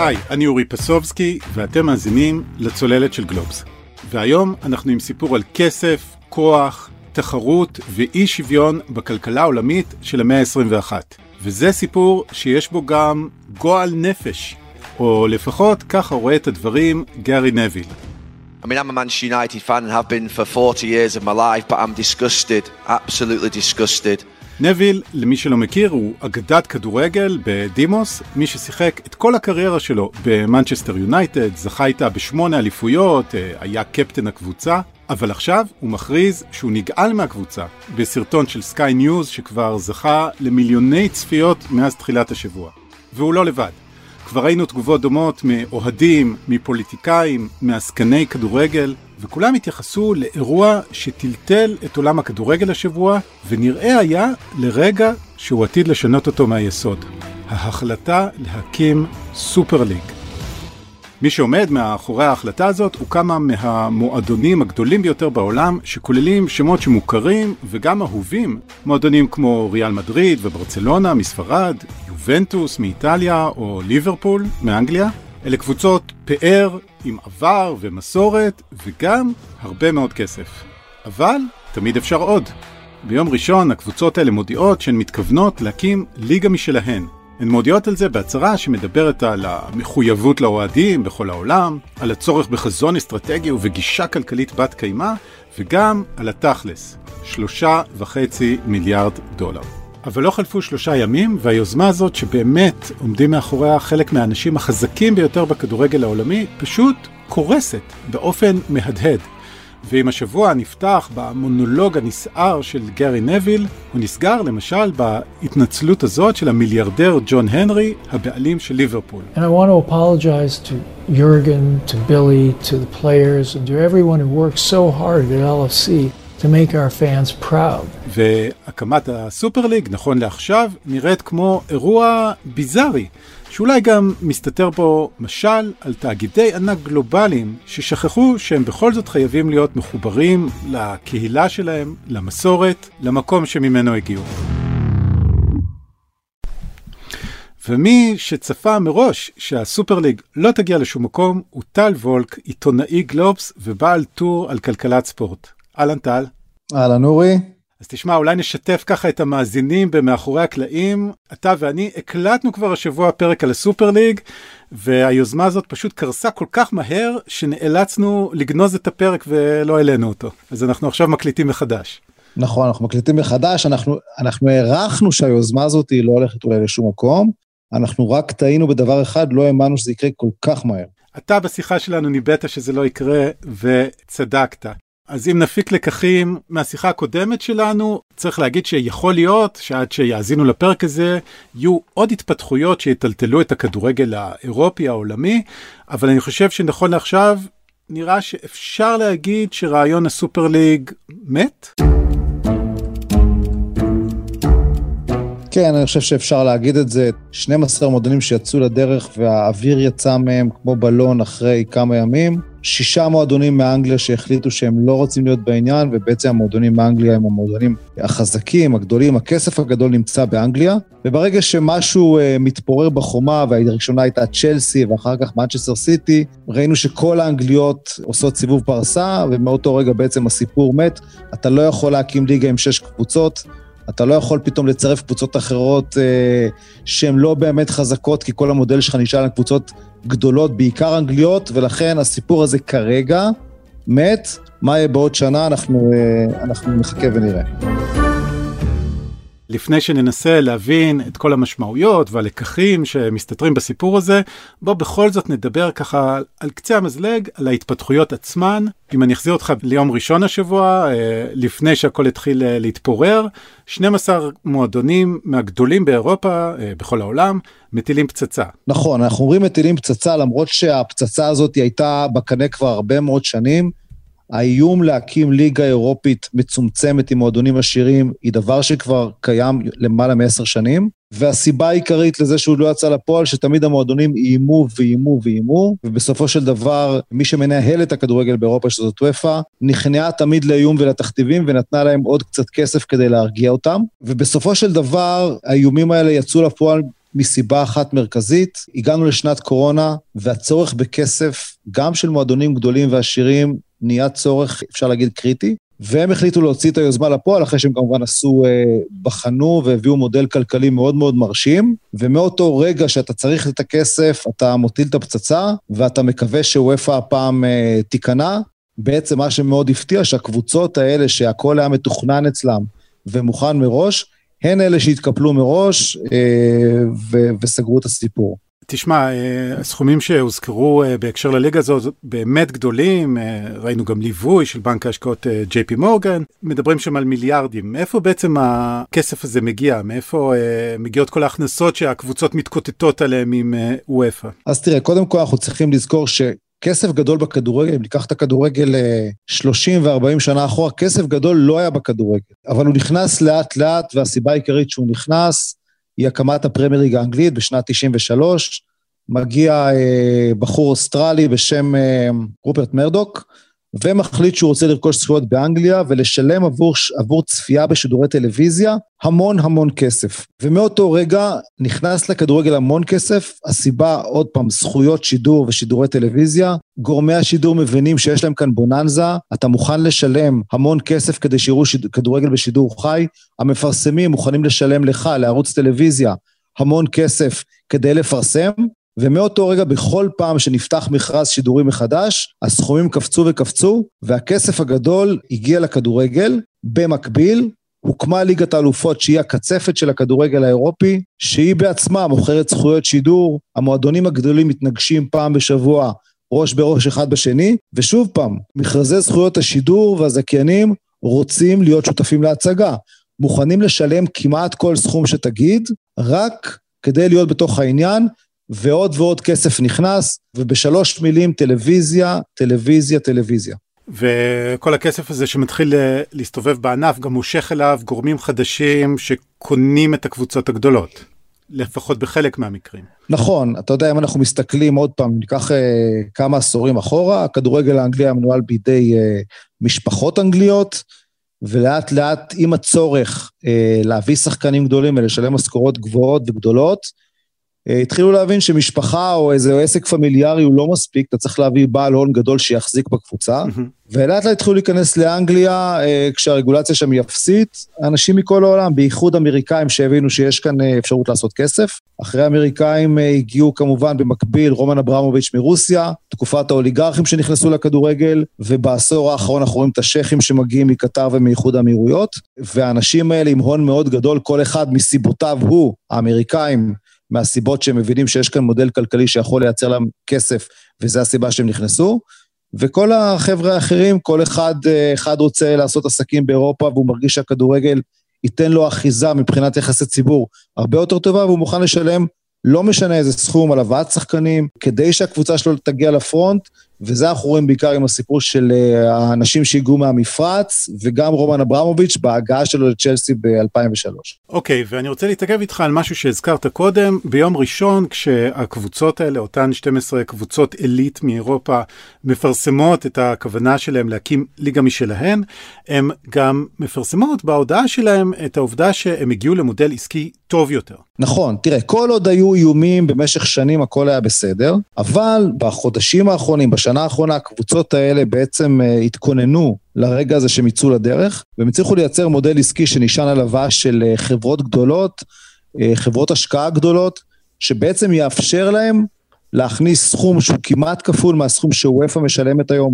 היי, אני אורי פסובסקי, ואתם מאזינים לצוללת של גלובס. והיום אנחנו עם סיפור על כסף, כוח, תחרות ואי שוויון בכלכלה העולמית של המאה ה-21. וזה סיפור שיש בו גם גועל נפש, או לפחות ככה רואה את הדברים גארי נביל. I mean, I'm a Manchester United fan and have been for 40 years of my life, but I'm disgusted, absolutely disgusted. נביל, למי שלא מכיר, הוא אגדת כדורגל בדימוס, מי ששיחק את כל הקריירה שלו במנצ'סטר יונייטד, זכה איתה ב8 אליפויות, היה קפטן הקבוצה, אבל עכשיו הוא מכריז שהוא נגעל מהקבוצה בסרטון של סקיי ניוז שכבר זכה למיליוני צפיות מאז תחילת השבוע. והוא לא לבד. כבר ראינו תגובות דומות מאוהדים, מפוליטיקאים, מעסקני כדורגל, וכולם התייחסו לאירוע שטלטל את עולם הכדורגל השבוע, ונראה היה לרגע שהוא עתיד לשנות אותו מהיסוד. ההחלטה להקים סופר ליג. מי שעומד מאחורי ההחלטה הזאת הוא כמה מהמועדונים הגדולים ביותר בעולם, שכוללים שמות שמוכרים וגם אהובים, מועדונים כמו ריאל מדריד וברצלונה מספרד, יובנטוס מאיטליה או ליברפול מאנגליה. אלה קבוצות פאר עם עבר ומסורת וגם הרבה מאוד כסף. אבל תמיד אפשר עוד. ביום ראשון הקבוצות האלה מודיעות שהן מתכוונות להקים ליגה משלהן. הן מודיעות על זה בהצהרה שמדברת על המחויבות לאוהדים בכל העולם, על הצורך בחזון אסטרטגי ובגישה כלכלית בת קיימה, וגם על התכלס, $3.5 מיליארד. אבל לא חלפו 3 ימים, והיוזמה הזאת שבאמת עומדים מאחוריה חלק מהאנשים החזקים ביותר בכדורגל העולמי, פשוט קורסת באופן מהדהד. ואם השבוע נפתח במונולוג הנסער של גארי נביל, הוא נסגר למשל בהתנצלות הזאת של המיליארדר ג'ון הנרי, הבעלים של ליברפול. And I want to apologize to Jürgen, to Billy, to the players, and to everyone who worked so hard at LFC to make our fans proud. והקמת הסופר ליג, נכון לעכשיו, נראית כמו אירוע ביזארי, שאולי גם מסתתר בו משל על תאגידי ענק גלובליים ששכחו שהם בכל זאת חייבים להיות מחוברים לקהילה שלהם, למסורת, למקום שממנו הגיעו. ומי שצפה מראש שהסופר ליג לא תגיע לשום מקום הוא טל וולק, עיתונאי גלובס ובעל טור על כלכלת ספורט. אהלן טל. אהלן אורי. אז תשמע, אולי נשתף ככה את המאזינים במאחורי הקלעים. אתה ואני הקלטנו כבר השבוע פרק על הסופר ליג, והיוזמה הזאת פשוט קרסה כל כך מהר, שנאלצנו לגנוז את הפרק ולא העלינו אותו. אז אנחנו עכשיו מקליטים מחדש. נכון, אנחנו מקליטים מחדש, אנחנו הערכנו שהיוזמה הזאת היא לא הולכת אולי לשום מקום, אנחנו רק טעינו בדבר אחד, לא האמנו שזה יקרה כל כך מהר. אתה בשיחה שלנו ניבאת שזה לא יקרה, וצדקת. אז אם נפיק לקחים מהשיחה הקודמת שלנו, צריך להגיד שיכול להיות שעד שיאזינו לפרק הזה, יהיו עוד התפתחויות שיטלטלו את הכדורגל האירופי העולמי, אבל אני חושב שנכון לעכשיו, נראה שאפשר להגיד שרעיון הסופר ליג מת? כן, אני חושב שאפשר להגיד את זה. 12 מועדונים שיצאו לדרך והאוויר יצא מהם כמו בלון אחרי כמה ימים. 6 מועדונים מאנגליה שהחליטו שהם לא רוצים להיות בעניין, ובעצם המועדונים מאנגליה הם המועדונים החזקים, הגדולים, הכסף הגדול נמצא באנגליה. וברגע שמשהו מתפורר בחומה, והראשונה הייתה צ'לסי ואחר כך מנצ'סטר סיטי, ראינו שכל האנגליות עושות סיבוב פרסה, ומאותו רגע בעצם הסיפור מת. אתה לא יכול להקים ליגה עם 6 קבוצות, אתה לא יכול פתאום לצרף קבוצות אחרות שהן לא באמת חזקות, כי כל המודל שלך נשאר על קבוצות גדולות, בעיקר אנגליות, ולכן הסיפור הזה כרגע מת. מה יהיה בעוד שנה? אנחנו נחכה ונראה. לפני שננסה להבין את כל המשמעויות והלקחים שמסתתרים בסיפור הזה, בוא בכל זאת נדבר ככה על קצה המזלג, על ההתפתחויות עצמן. אם אני אחזיר אותך ליום ראשון השבוע, לפני שהכל התחיל להתפורר, 12 מועדונים מהגדולים באירופה, בכל העולם, מטילים פצצה. נכון, אנחנו אומרים מטילים פצצה, למרות שהפצצה הזאת הייתה בקנה כבר הרבה מאוד שנים. האיום להקים ליגה אירופית מצומצמת עם מועדונים עשירים, היא דבר שכבר קיים למעלה מ10 שנים, והסיבה העיקרית לזה שהוא לא יצא לפועל, שתמיד המועדונים איימו ואיימו ואיימו, ובסופו של דבר, מי שמנהל את הכדורגל באירופה, שזאת וופא, נכנעה תמיד לאיום ולתכתיבים, ונתנה להם עוד קצת כסף כדי להרגיע אותם, ובסופו של דבר, האיומים האלה יצאו לפועל מסיבה אחת מרכזית, הגענו לשנת קורונה, והצורך בכסף, גם של מועדונים גדולים ועשירים, נהיה צורך, אפשר להגיד, קריטי, והם החליטו להוציא את היוזמה לפועל, אחרי שהם כמובן בחנו והביאו מודל כלכלי מאוד מאוד מרשים, ומאותו רגע שאתה צריך את הכסף, אתה מוטיל את הפצצה, ואתה מקווה שוופא הפעם תיכנע. בעצם מה שמאוד הפתיע, שהקבוצות האלה שהכל היה מתוכנן אצלם, ומוכן מראש, הן אלה שהתקפלו מראש, וסגרו את הסיפור. תשמע, הסכומים שהוזכרו בהקשר לליגה הזו באמת גדולים, ראינו גם ליווי של בנק ההשקעות JP מורגן, מדברים שם על מיליארדים. מאיפה בעצם הכסף הזה מגיע? מאיפה מגיעות כל ההכנסות שהקבוצות מתקוטטות עליהם עם וופא? אז תראה, קודם כל אנחנו צריכים לזכור כסף גדול בכדורגל, אם ניקח את הכדורגל 30 ו-40 שנה אחורה, כסף גדול לא היה בכדורגל, אבל הוא נכנס לאט לאט, והסיבה העיקרית שהוא נכנס, היא הקמת הפרמייר ליג האנגלית בשנת 93, מגיע בחור אוסטרלי בשם רופרט מרדוק, ומחליט שהוא רוצה לרכוש זכויות באנגליה, ולשלם עבור צפייה בשידורי טלוויזיה, המון כסף. ומאותו רגע נכנס לכדורגל המון כסף, הסיבה עוד פעם, זכויות שידור ושידורי טלוויזיה, גורמי השידור מבינים שיש להם כאן בוננזה, אתה מוכן לשלם המון כסף כדי שיראו כדורגל בשידור חי, המפרסמים מוכנים לשלם לך, לערוץ טלוויזיה, המון כסף כדי לפרסם, ומאותו רגע בכל פעם שנפתח מכרז שידורי מחדש, הסכומים קפצו, והכסף הגדול הגיע לכדורגל. במקביל, הוקמה ליגת האלופות שהיא הקצפת של הכדורגל האירופי, שהיא בעצמה מוכרת זכויות שידור, המועדונים הגדולים מתנגשים פעם בשבוע, ראש בראש אחד בשני, ושוב פעם, מכרזי זכויות השידור והזכיינים רוצים להיות שותפים להצגה, מוכנים לשלם כמעט כל סכום שתגיד, רק כדי להיות בתוך העניין, ועוד כסף נכנס, ובשלוש מילים טלוויזיה. וכל הכסף הזה שמתחיל להסתובב בענף, גם מושך אליו גורמים חדשים שקונים את הקבוצות הגדולות, לפחות בחלק מהמקרים. נכון, אתה יודע, אם אנחנו מסתכלים עוד פעם, ניקח כמה עשורים אחורה, הכדורגל האנגלי המנוהל בידי משפחות אנגליות, ולאט לאט עם הצורך להביא שחקנים גדולים ולשלם משכורות גבוהות וגדולות, התחילו להבין שמשפחה או איזה עסק פמיליארי הוא לא מספיק, אתה צריך להביא בעל הון גדול שיחזיק בקבוצה, ולאט לאט התחילו להיכנס לאנגליה, כשהרגולציה שם היא אפסית, אנשים מכל העולם, בייחוד אמריקאים שהבינו שיש כאן אפשרות לעשות כסף, אחרי האמריקאים הגיעו כמובן במקביל רומן אברמוביץ' מרוסיה, תקופת האוליגרכים שנכנסו לכדורגל, ובעשור האחרון אנחנו רואים את השייכים שמגיעים מקטר ומייחוד האמירויות, והאנשים האלה עם הון מאוד גדול, כל אחד מסיבותיו הוא, האמריקאים, מהסיבות שהם מבינים שיש כאן מודל כלכלי שיכול לייצר להם כסף, וזו הסיבה שהם נכנסו, וכל החבר'ה האחרים, כל אחד רוצה לעשות עסקים באירופה, והוא מרגיש שהכדורגל ייתן לו אחיזה מבחינת יחסי ציבור, הרבה יותר טובה, והוא מוכן לשלם, לא משנה איזה סכום על הבאת שחקנים, כדי שהקבוצה שלו תגיע לפרונט, וזה אנחנו רואים בעיקר עם הסיפור של האנשים שהגיעו מהמפרץ, וגם רומן אברמוביץ' בהגעה שלו לצ'לסי ב-2003. אוקיי, ואני רוצה להתעכב איתך על משהו שהזכרת קודם, ביום ראשון כשהקבוצות האלה, אותן 12 קבוצות אלית מאירופה, מפרסמות את הכוונה שלהם להקים ליגה משלהן, הם גם מפרסמות בהודעה שלהם את העובדה שהם הגיעו למודל עסקי טוב יותר. נכון, תראה, כל עוד היו איומים במשך שנים הכל היה בסדר, אבל בחודשים האחרונים, בשנה האחרונה, הקבוצות האלה בעצם התכוננו לרגע הזה שהם יצאו לדרך, והם הצליחו לייצר מודל עסקי שנשען על הבאה של חברות גדולות, חברות השקעה גדולות, שבעצם יאפשר להם להכניס סכום שהוא כמעט כפול מהסכום שוופא משלמת היום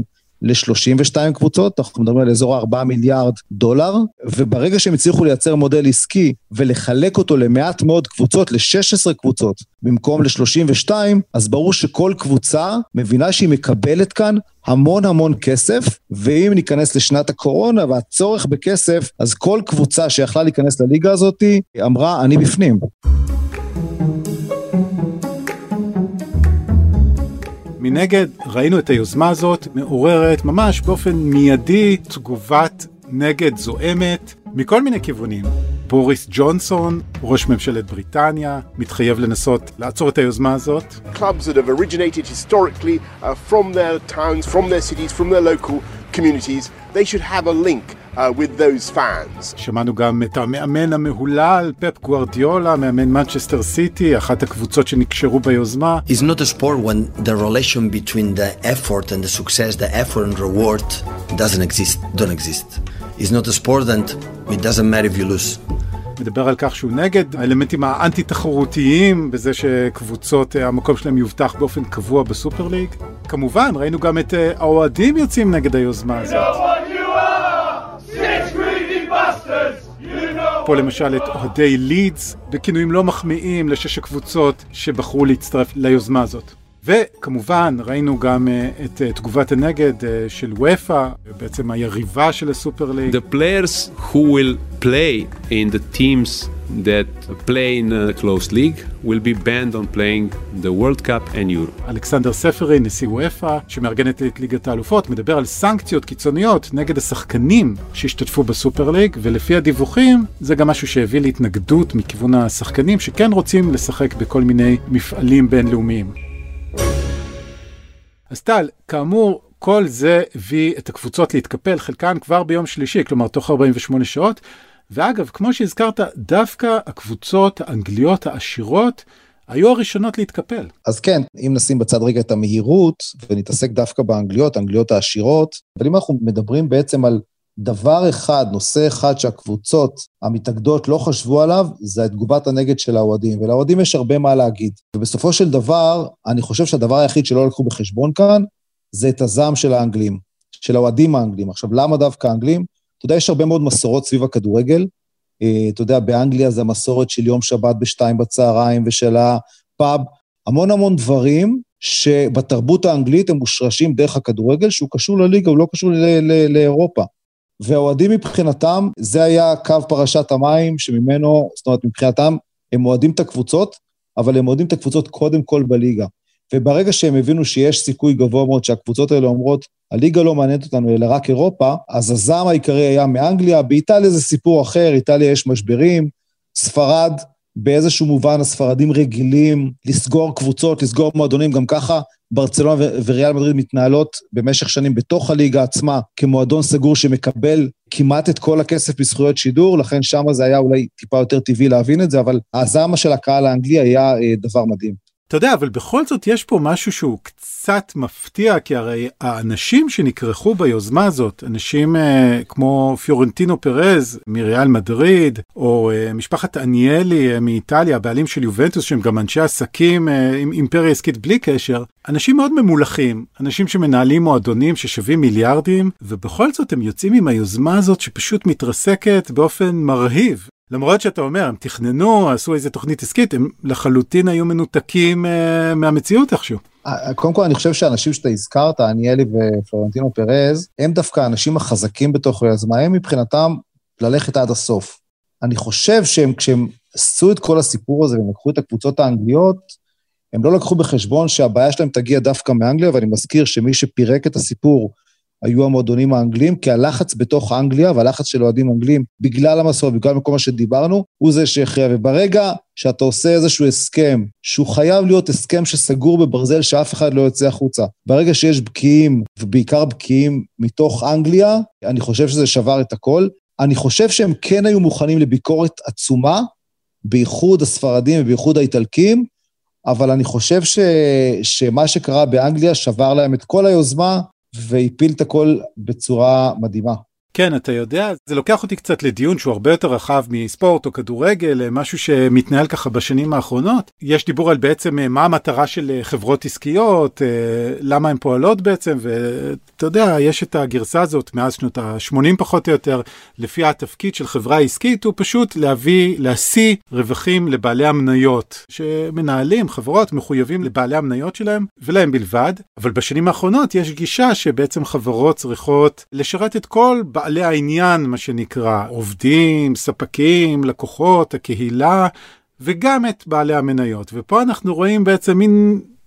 ל-32 קבוצות, אנחנו מדברים על אזור 4 מיליארד דולר, וברגע שהם הצליחו לייצר מודל עסקי ולחלק אותו למעט מאוד קבוצות, ל-16 קבוצות, במקום ל-32, אז ברור שכל קבוצה מבינה שהיא מקבלת כאן המון כסף, ואם ניכנס לשנת הקורונה והצורך בכסף, אז כל קבוצה שיכלה להיכנס לליגה הזאת, אמרה, אני בפנים. מנגד, ראינו את היוזמה הזאת מעוררת ממש באופן מיידי תגובת נגד זועמת מכל מיני כיוונים. בוריס ג'ונסון, ראש ממשלת בריטניה, מתחייב לנסות לעצור את היוזמה הזאת. Clubs that have originated historically from their towns, from their cities, from their local communities, they should have a link with those fans. שמענו גם את המאמן המהולל, פפ גוארדיולה, מאמן מנצ'סטר סיטי, אחת הקבוצות שנקשרו ביוזמה. It's not a sport when the relation between the effort and the success, the effort and reward don't exist. It's not a sport and it doesn't matter if you lose. מדבר על כך שהוא נגד האלמנטים האנטי-תחרותיים, בזה שקבוצות, המקום שלהם יובטח באופן קבוע בסופר ליג. כמובן, ראינו גם את האוהדים יוצאים נגד היוזמה הזאת. פה למשל את אוהדי לידס, בכינויים לא מחמיאים לשש הקבוצות שבחרו להצטרף ליוזמה הזאת. וכמובן ראינו גם את תגובת הנגד של וויפה, בעצם היריבה של הסופר ליג. The players who will play in the teams that play in a closed league will be banned on playing the World Cup and Euro. אלכסנדר ספרי, נשיא וויפה, שמארגנת את ליגת האלופות, מדבר על סנקציות קיצוניות נגד השחקנים שהשתתפו בסופר ליג, ולפי הדיווחים זה גם משהו שהביא להתנגדות מכיוון השחקנים שכן רוצים לשחק בכל מיני מפעלים בינלאומיים. אז טל, כאמור, כל זה הביא את הקבוצות להתקפל, חלקן כבר ביום שלישי, כלומר תוך 48 שעות, ואגב, כמו שהזכרת, דווקא הקבוצות האנגליות העשירות היו הראשונות להתקפל. אז כן, אם נשים בצד רגע את המהירות, ונתעסק דווקא באנגליות, האנגליות העשירות, אבל אם אנחנו מדברים בעצם על דבר אחד, נושא אחד שהקבוצות המתאגדות לא חשבו עליו, זה התגובת הנגד של האוהדים, ולאוהדים יש הרבה מה להגיד. ובסופו של דבר, אני חושב שהדבר היחיד שלא לקחו בחשבון כאן, זה את הזעם של האנגלים, של האוהדים האנגלים. עכשיו, למה דווקא האנגלים? אתה יודע, יש הרבה מאוד מסורות סביב הכדורגל, אתה יודע, באנגליה זה המסורת של יום שבת ב2 בצהריים, ושל הפאב, המון דברים שבתרבות האנגלית הם מושרשים דרך הכדורגל, שהוא קשור לליגה, הוא לא קשור לאירופה. והאוהדים מבחינתם, זה היה קו פרשת המים, שממנו, זאת אומרת, מבחינתם, הם אוהדים את הקבוצות, אבל הם אוהדים את הקבוצות קודם כל בליגה. וברגע שהם הבינו שיש סיכוי גבוה מאוד, שהקבוצות האלה אומרות, הליגה לא מעניינת אותנו, אלא רק אירופה, אז הזעם העיקרי היה מאנגליה, באיטליה זה סיפור אחר, איטליה יש משברים, ספרד, באיזשהו מובן הספרדים רגילים, לסגור קבוצות, לסגור מועדונים, גם ככה, ברצלונה וריאל מדריד מתנהלות במשך שנים בתוך הליגה עצמה, כמועדון סגור שמקבל כמעט את כל הכסף בזכויות שידור, לכן שם זה היה אולי טיפה יותר טבעי להבין את זה, אבל הזעם של הקהל האנגלי היה דבר מדהים. אתה יודע, אבל בכל זאת יש פה משהו שהוא קצת מפתיע, כי הרי האנשים שנקרחו ביוזמה הזאת, אנשים כמו פיורנטינו פרז מריאל מדריד, או משפחת אניאלי מאיטליה, בעלים של יובנטוס, שהם גם אנשי עסקים עם אימפריה עסקית בלי קשר, אנשים מאוד ממולחים, אנשים שמנהלים מועדונים ששווים מיליארדים, ובכל זאת הם יוצאים עם היוזמה הזאת שפשוט מתרסקת באופן מרהיב. למרות שאתה אומר, הם תכננו, עשו איזו תוכנית עסקית, הם לחלוטין היו מנותקים מהמציאות איכשהו. קודם כל, אני חושב שהאנשים שאתה הזכרת, אניאלי ופלורנטינו פרז, הם דווקא האנשים החזקים בתוך היוזמה, הם מבחינתם ללכת עד הסוף. אני חושב כשהם עשו את כל הסיפור הזה, והם לקחו את הקבוצות האנגליות, הם לא לקחו בחשבון שהבעיה שלהם תגיע דווקא מאנגליה, ואני מזכיר שמי שפירק את הסיפור, היו המועדונים האנגלים, כי הלחץ בתוך אנגליה, והלחץ של אוהדים אנגלים, בגלל המסורת, בגלל מקום מה שדיברנו, הוא זה שהכריע. וברגע שאתה עושה איזשהו הסכם, שהוא חייב להיות הסכם שסגור בברזל, שאף אחד לא יוצא החוצה. ברגע שיש בקיעים, ובעיקר בקיעים מתוך אנגליה, אני חושב שזה שבר את הכל. אני חושב שהם כן היו מוכנים לביקורת עצומה, בייחוד הספרדים ובייחוד האיטלקים, אבל אני חושב שמה שקרה באנגליה שבר להם את כל היוזמה, והפיל את הכל בצורה מדהימה. כן, אתה יודע, זה לוקח אותי קצת לדיון שהוא הרבה יותר רחב מספורט או כדורגל, משהו שמתנהל ככה בשנים האחרונות. יש דיבור על בעצם מה המטרה של חברות עסקיות, למה הן פועלות בעצם, ואתה יודע, יש את הגרסה הזאת מאז שנות ה-80 פחות או יותר, לפי התפקיד של חברה עסקית, הוא פשוט להשיא רווחים לבעלי המניות, שמנהלים, חברות מחויבים לבעלי המניות שלהם, ולהם בלבד, אבל בשנים האחרונות יש גישה שבעצם חברות צריכות לשרת את כל בעלי העניין, מה שנקרא, עובדים, ספקים, לקוחות, הקהילה, וגם את בעלי המניות. ופה אנחנו רואים בעצם מין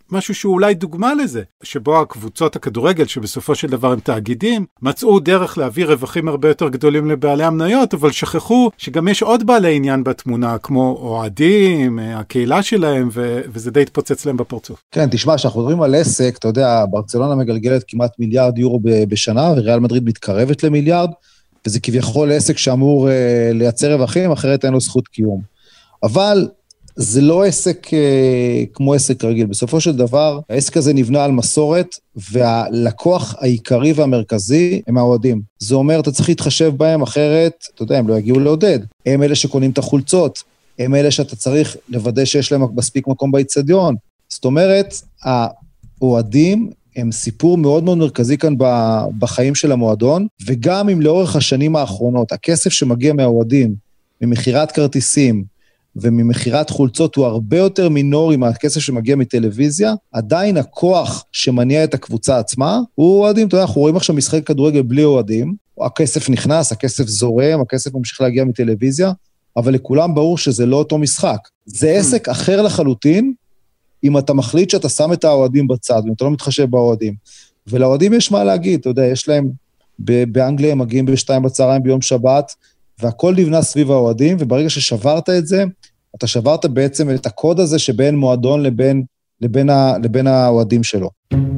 משהו שהוא אולי דוגמה לזה, שבו הקבוצות הכדורגל, שבסופו של דבר הם תאגידים, מצאו דרך להביא רווחים הרבה יותר גדולים לבעלי המניות, אבל שכחו שגם יש עוד בעלי עניין בתמונה, כמו אוהדים, הקהילה שלהם, וזה די התפוצץ להם בפרצוף. כן, תשמע, שאנחנו מדברים על עסק, אתה יודע, ברצלונה מגלגלת כמעט מיליארד יורו בשנה, וריאל מדריד מתקרבת למיליארד, וזה כביכול עסק שאמור לייצר רווחים, אחרת אין לו זכות קיום. אבל זה לא עסק כמו עסק רגיל. בסופו של דבר, העסק הזה נבנה על מסורת, והלקוח העיקרי והמרכזי הם האוהדים. זה אומר, אתה צריך להתחשב בהם, אחרת, אתה יודע, הם לא יגיעו לעודד. הם אלה שקונים את החולצות, הם אלה שאתה צריך לוודא שיש להם מספיק מקום באצטדיון. זאת אומרת, האוהדים הם סיפור מאוד מאוד מרכזי כאן בחיים של המועדון, וגם אם לאורך השנים האחרונות, הכסף שמגיע מהאוהדים, ממחירת כרטיסים, וממחירת חולצות הוא הרבה יותר מינורי מהכסף שמגיע מטלוויזיה, עדיין הכוח שמניע את הקבוצה עצמה, הוא אוהדים, אתה יודע, אנחנו רואים עכשיו משחק כדורגל בלי אוהדים, הכסף נכנס, הכסף זורם, הכסף ממשיך להגיע מטלוויזיה, אבל לכולם ברור שזה לא אותו משחק. זה עסק אחר לחלוטין, אם אתה מחליט שאתה שם את האוהדים בצד, ואתה לא מתחשב באוהדים. ולאוהדים יש מה להגיד, אתה יודע, יש להם, באנגליה הם מגיעים ב-2 בצהריים ביום שבת, והכל נבנה סביב האוהדים, וברגע ששברת את זה, אתה שברת בעצם את הקוד הזה שבין מועדון לבין האוהדים שלו.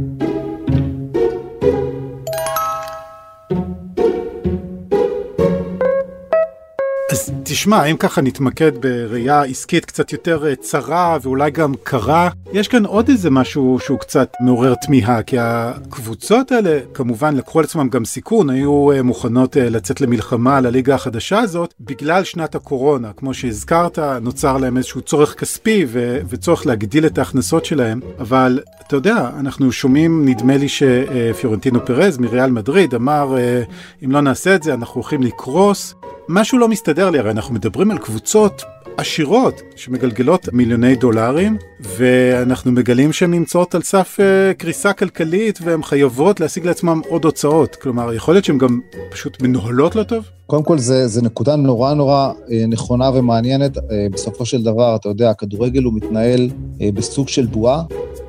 אז תשמע, אם ככה נתמקד בראייה עסקית קצת יותר צרה ואולי גם קרה, יש כאן עוד איזה משהו שהוא קצת מעורר תמיהה, כי הקבוצות האלה כמובן לקחו על עצמם גם סיכון, היו מוכנות לצאת למלחמה על הליגה החדשה הזאת, בגלל שנת הקורונה, כמו שהזכרת, נוצר להם איזשהו צורך כספי וצורך להגדיל את ההכנסות שלהם, אבל אתה יודע, אנחנו שומעים, נדמה לי שפיורנטינו פרז מריאל מדריד אמר, אם לא נעשה את זה אנחנו הולכים לקרוס, משהו לא מסתדר לי, הרי אנחנו מדברים על קבוצות עשירות שמגלגלות מיליוני דולרים, ואנחנו מגלים שהן נמצאות על סף קריסה כלכלית, והן חייבות להשיג לעצמם עוד הוצאות. כלומר, יכול להיות שהן גם פשוט מנוהלות לא טוב? קודם כל, זה נקודה נורא נכונה ומעניינת. בסופו של דבר, אתה יודע, הכדורגל הוא מתנהל בסוג של בועה,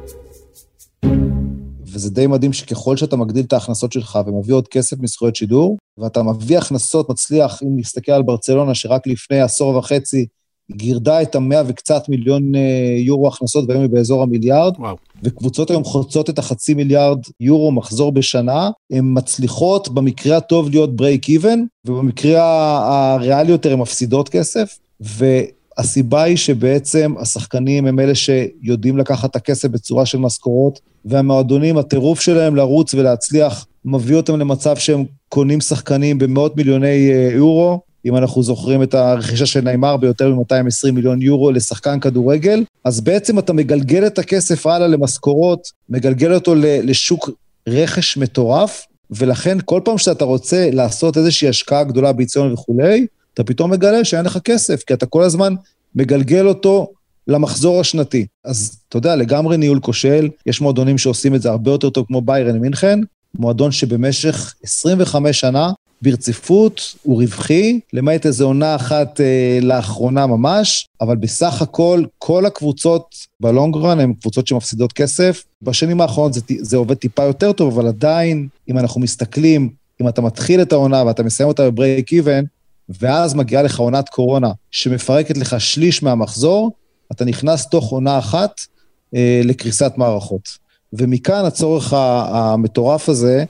וזה די מדהים שככל שאתה מגדיל את ההכנסות שלך ומביא עוד כסף מזכויות שידור, ואתה מביא הכנסות מצליח, אם נסתכל על ברצלונה, שרק לפני 10.5 גירדה את 100 וקצת מיליון יורו הכנסות, והיום היא באזור המיליארד, וקבוצות היום חוצות את 0.5 מיליארד יורו מחזור בשנה, הן מצליחות במקרה הטוב להיות ברייק איבן, ובמקרה הריאלי יותר הן מפסידות כסף, הסיבה היא שבעצם השחקנים הם אלה שיודעים לקחת את הכסף בצורה של משכורות, והמועדונים, הטירוף שלהם לרוץ ולהצליח, מביא אותם למצב שהם קונים שחקנים במאות מיליוני יורו, אם אנחנו זוכרים את הרכישה של ניימר ביותר מ-220 מיליון יורו לשחקן כדורגל, אז בעצם אתה מגלגל את הכסף הלאה למשכורות, מגלגל אותו לשוק רכש מטורף, ולכן כל פעם שאתה רוצה לעשות איזושהי השקעה גדולה באיצטדיון וכולי, אתה פתאום מגלה שאין לך כסף, כי אתה כל הזמן מגלגל אותו למחזור השנתי. אז אתה יודע, לגמרי ניהול כושל, יש מועדונים שעושים את זה הרבה יותר טוב כמו ביירן מינכן, מועדון שבמשך 25 שנה ברציפות הוא רווחי, למעט איזו עונה אחת לאחרונה ממש, אבל בסך הכל, כל הקבוצות בלונגרן הן קבוצות שמפסידות כסף. בשנים האחרונות זה עובד טיפה יותר טוב, אבל עדיין, אם אנחנו מסתכלים, אם אתה מתחיל את העונה ואתה מסיים אותה בברייק איבן, ואז מגיעה לך עונת קורונה שמפרקת לך שליש מהמחזור, אתה נכנס תוך עונה אחת לקריסת מערכות. ומכאן הצורך המטורף הזה,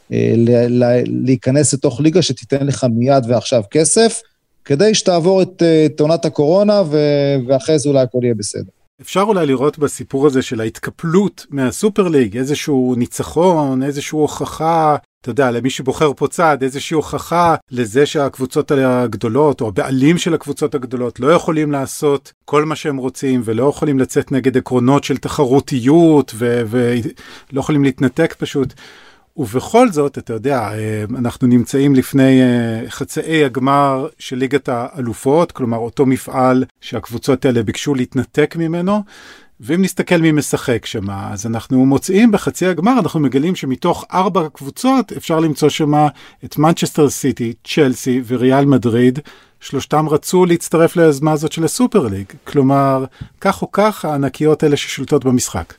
להיכנס לתוך ליגה שתיתן לך מיד ועכשיו כסף, כדי שתעבור את עונת הקורונה, ואחרי זה אולי הכל יהיה בסדר. אפשר אולי לראות בסיפור הזה של ההתקפלות מהסופר ליג, איזשהו ניצחון, איזשהו הוכחה, אתה יודע, למי שבוחר פה צד, איזושהי הוכחה לזה שהקבוצות הגדולות, או הבעלים של הקבוצות הגדולות, לא יכולים לעשות כל מה שהם רוצים, ולא יכולים לצאת נגד עקרונות של תחרותיות, ולא יכולים להתנתק פשוט. ובכל זאת, אתה יודע, אנחנו נמצאים לפני חצאי הגמר של ליגת האלופות, כלומר אותו מפעל שהקבוצות האלה ביקשו להתנתק ממנו, ואם נסתכל מי משחק שמה, אז אנחנו מוצאים בחצי הגמר, אנחנו מגלים שמתוך 4 קבוצות אפשר למצוא שמה את מנצ'סטר סיטי, צ'לסי וריאל מדריד, שלושתם רצו להצטרף ליוזמה הזאת של הסופר ליג. כלומר, כך או כך הענקיות האלה ששולטות במשחק.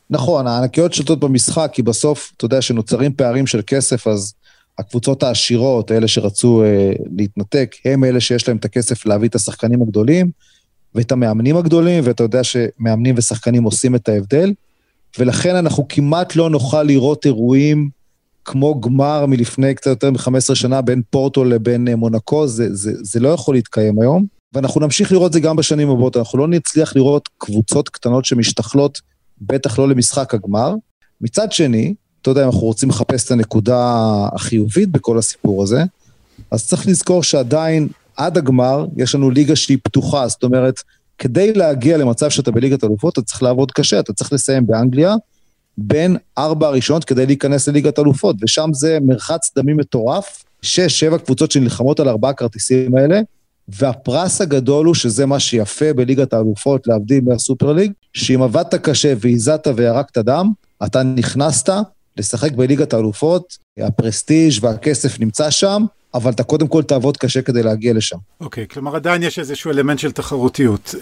נכון, הענקיות שולטות במשחק, כי בסוף, אתה יודע, שנוצרים פערים של כסף, אז הקבוצות העשירות, אלה שרצו להתנתק, הם אלה שיש להם את הכסף להביא את השחקנים הגדולים, ואת המאמנים הגדולים, ואתה יודע שמאמנים ושחקנים עושים את ההבדל, ולכן אנחנו כמעט לא נוכל לראות אירועים כמו גמר מלפני קצת יותר מ-15 שנה, בין פורטו לבין מונקו, זה לא יכול להתקיים היום, ואנחנו נמשיך לראות זה גם בשנים הבאות, אנחנו לא נצליח לראות קבוצות קטנות שמשתכלות, בטח לא למשחק הגמר. מצד שני, אתה יודע, אם אנחנו רוצים לחפש את הנקודה החיובית בכל הסיפור הזה, אז צריך לזכור שעדיין עד הגמר יש לנו ליגה שהיא פתוחה, זאת אומרת, כדי להגיע למצב שאתה בליגת אלופות, אתה צריך לעבוד קשה, אתה צריך לסיים באנגליה, בין 4 הראשונות כדי להיכנס לליגת אלופות, ושם זה מרחץ דמים מטורף, 6-7 קבוצות שנלחמות על 4 הכרטיסים האלה, והפרס הגדול הוא שזה מה שיפה בליגת האלופות, להבדיל מהסופר ליג, שאם עבדת קשה והזעת וירקת דם, אתה נכנסת לשחק בליגת האלופות, הפרסטיג' והכסף נמצא שם, אבל אתה קודם כל תעבוד קשה כדי להגיע לשם. אוקיי, כלומר עדיין יש איזשהו אלמנט של תחרותיות.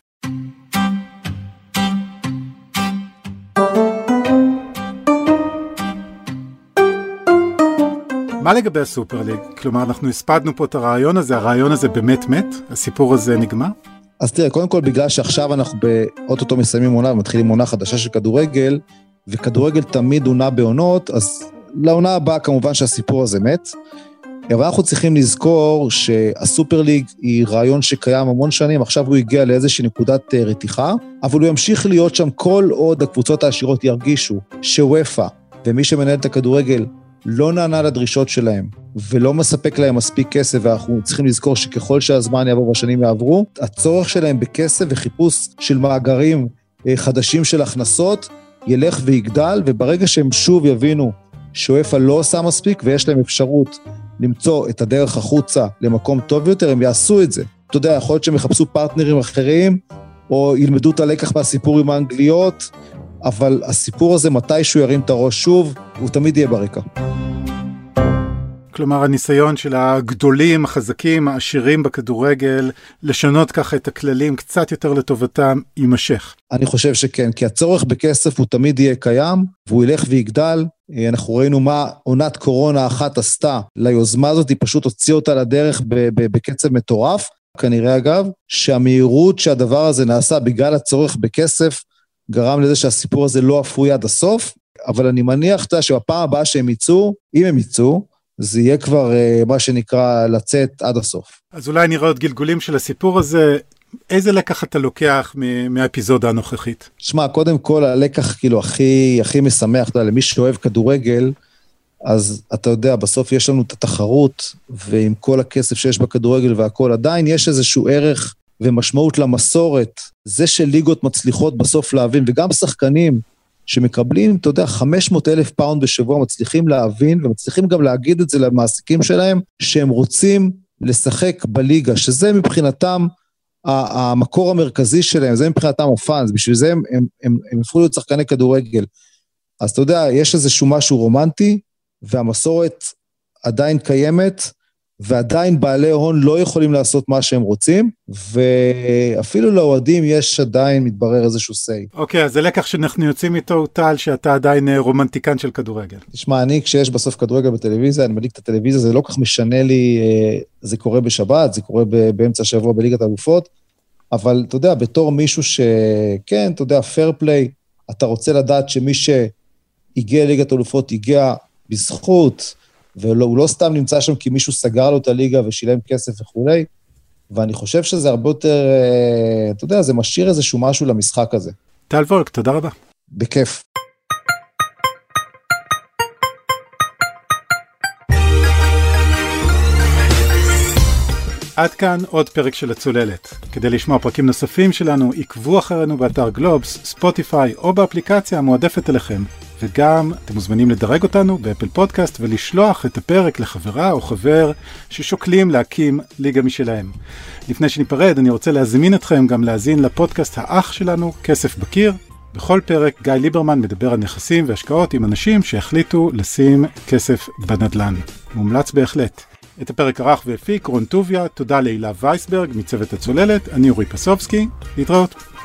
מה לגבי הסופר ליג? כלומר, אנחנו הספדנו פה את הרעיון הזה באמת מת? הסיפור הזה נגמר? אז תראה, קודם כל בגלל שעכשיו אנחנו באוטוטו מסיימים עונה ומתחילים עונה חדשה של כדורגל, וכדורגל תמיד עונה בעונות, אז לעונה הבאה כמובן שהסיפור הזה מת, אבל אנחנו צריכים לזכור שהסופר ליג היא רעיון שקיים המון שנים, עכשיו הוא הגיע לאיזושהי נקודת רתיחה, אבל הוא ימשיך להיות שם כל עוד הקבוצות העשירות ירגישו שוופא ומי שמנהל את הכדורגל לא נענה לדרישות שלהם, ולא מספק להם מספיק כסף, ואנחנו צריכים לזכור שככל שהזמן יעבור והשנים יעברו, הצורך שלהם בכסף וחיפוש של מאגרים חדשים של הכנסות, ילך ויגדל, וברגע שהם שוב יבינו שוופא לא עושה מספיק, ויש להם אפשרות למצוא את הדרך החוצה למקום טוב יותר, הם יעשו את זה. אתה יודע, יכול להיות שהם יחפשו פרטנרים אחרים, או ילמדו את הלקח מהסיפור עם האנגליות, אבל הסיפור הזה, מתישהו ירים את הראש שוב, הוא תמיד יהיה ברקע. כלומר, הניסיון של הגדולים, החזקים, העשירים בכדורגל, לשנות ככה את הכללים קצת יותר לטובתם, יימשך. אני חושב שכן, כי הצורך בכסף הוא תמיד יהיה קיים, והוא ילך ויגדל. אנחנו ראינו מה עונת קורונה אחת עשתה ליוזמה הזאת, היא פשוט הוציא אותה לדרך בקצב מטורף. כנראה אגב, שהמהירות שהדבר הזה נעשה בגלל הצורך בכסף, גרם לזה שהסיפור הזה לא אפוי עד הסוף, אבל אני מניח שבפעם הבאה שהם יצאו, אם הם יצאו, זה יהיה כבר מה שנקרא לצאת עד הסוף. אז אולי נראה עוד גלגולים של הסיפור הזה, איזה לקח אתה לוקח מהאפיזודה הנוכחית? שמע, קודם כל הלקח כאילו הכי משמח, למי שאוהב כדורגל, אז אתה יודע, בסוף יש לנו את התחרות, ועם כל הכסף שיש בכדורגל והכל, עדיין יש איזשהו ערך ומשמעות למסורת, זה שליגות מצליחות בסוף להבין, וגם שחקנים שמקבלים, אתה יודע, 500,000 פאונד בשבוע, מצליחים להבין, ומצליחים גם להגיד את זה למעסיקים שלהם, שהם רוצים לשחק בליגה, שזה מבחינתם המקור המרכזי שלהם, זה מבחינתם הפאנס, בשביל זה הם הפכו להיות שחקני כדורגל. אז אתה יודע, יש איזשהו משהו רומנטי, והמסורת עדיין קיימת, ועדיין בעלי הון לא יכולים לעשות מה שהם רוצים, ואפילו לאוהדים יש עדיין מתברר איזשהו סי. אוקיי, אז זה לקח שאנחנו יוצאים איתו, טל, שאתה עדיין רומנטיקן של כדורגל. תשמע, אני כשיש בסוף כדורגל בטלוויזיה, אני מדליק את הטלוויזיה, זה לא כך משנה לי, זה קורה בשבת, זה קורה באמצע השבוע בליגת האלופות, אבל אתה יודע, בתור מישהו שכן, אתה יודע, פייר פליי, אתה רוצה לדעת שמי שהגיע לליגת האלופות, הגיע בזכות, והוא לא סתם נמצא שם כי מישהו סגר לו את הליגה ושילם כסף וכו'. ואני חושב שזה הרבה יותר, אתה יודע, זה משאיר איזשהו משהו למשחק הזה. טל וולק, תודה רבה. בכיף. עד כאן עוד פרק של הצוללת. כדי לשמוע פרקים נוספים שלנו, עקבו אחרינו באתר גלובס, ספוטיפיי או באפליקציה המועדפת אליכם. וגם אתם מוזמנים לדרג אותנו באפל פודקאסט ולשלוח את הפרק לחברה או חבר ששוקלים להקים ליגה משלהם. לפני שניפרד, אני רוצה להזמין אתכם גם להזין לפודקאסט האח שלנו, כסף בקיר. בכל פרק גיא ליברמן מדבר על נכסים והשקעות עם אנשים שהחליטו לשים כסף בנדלן. מומלץ בהחלט. את הפרק ערך והפיק רון טוביה, תודה להילה וייסברג מצוות הצוללת, אני אורי פסובסקי, להתראות.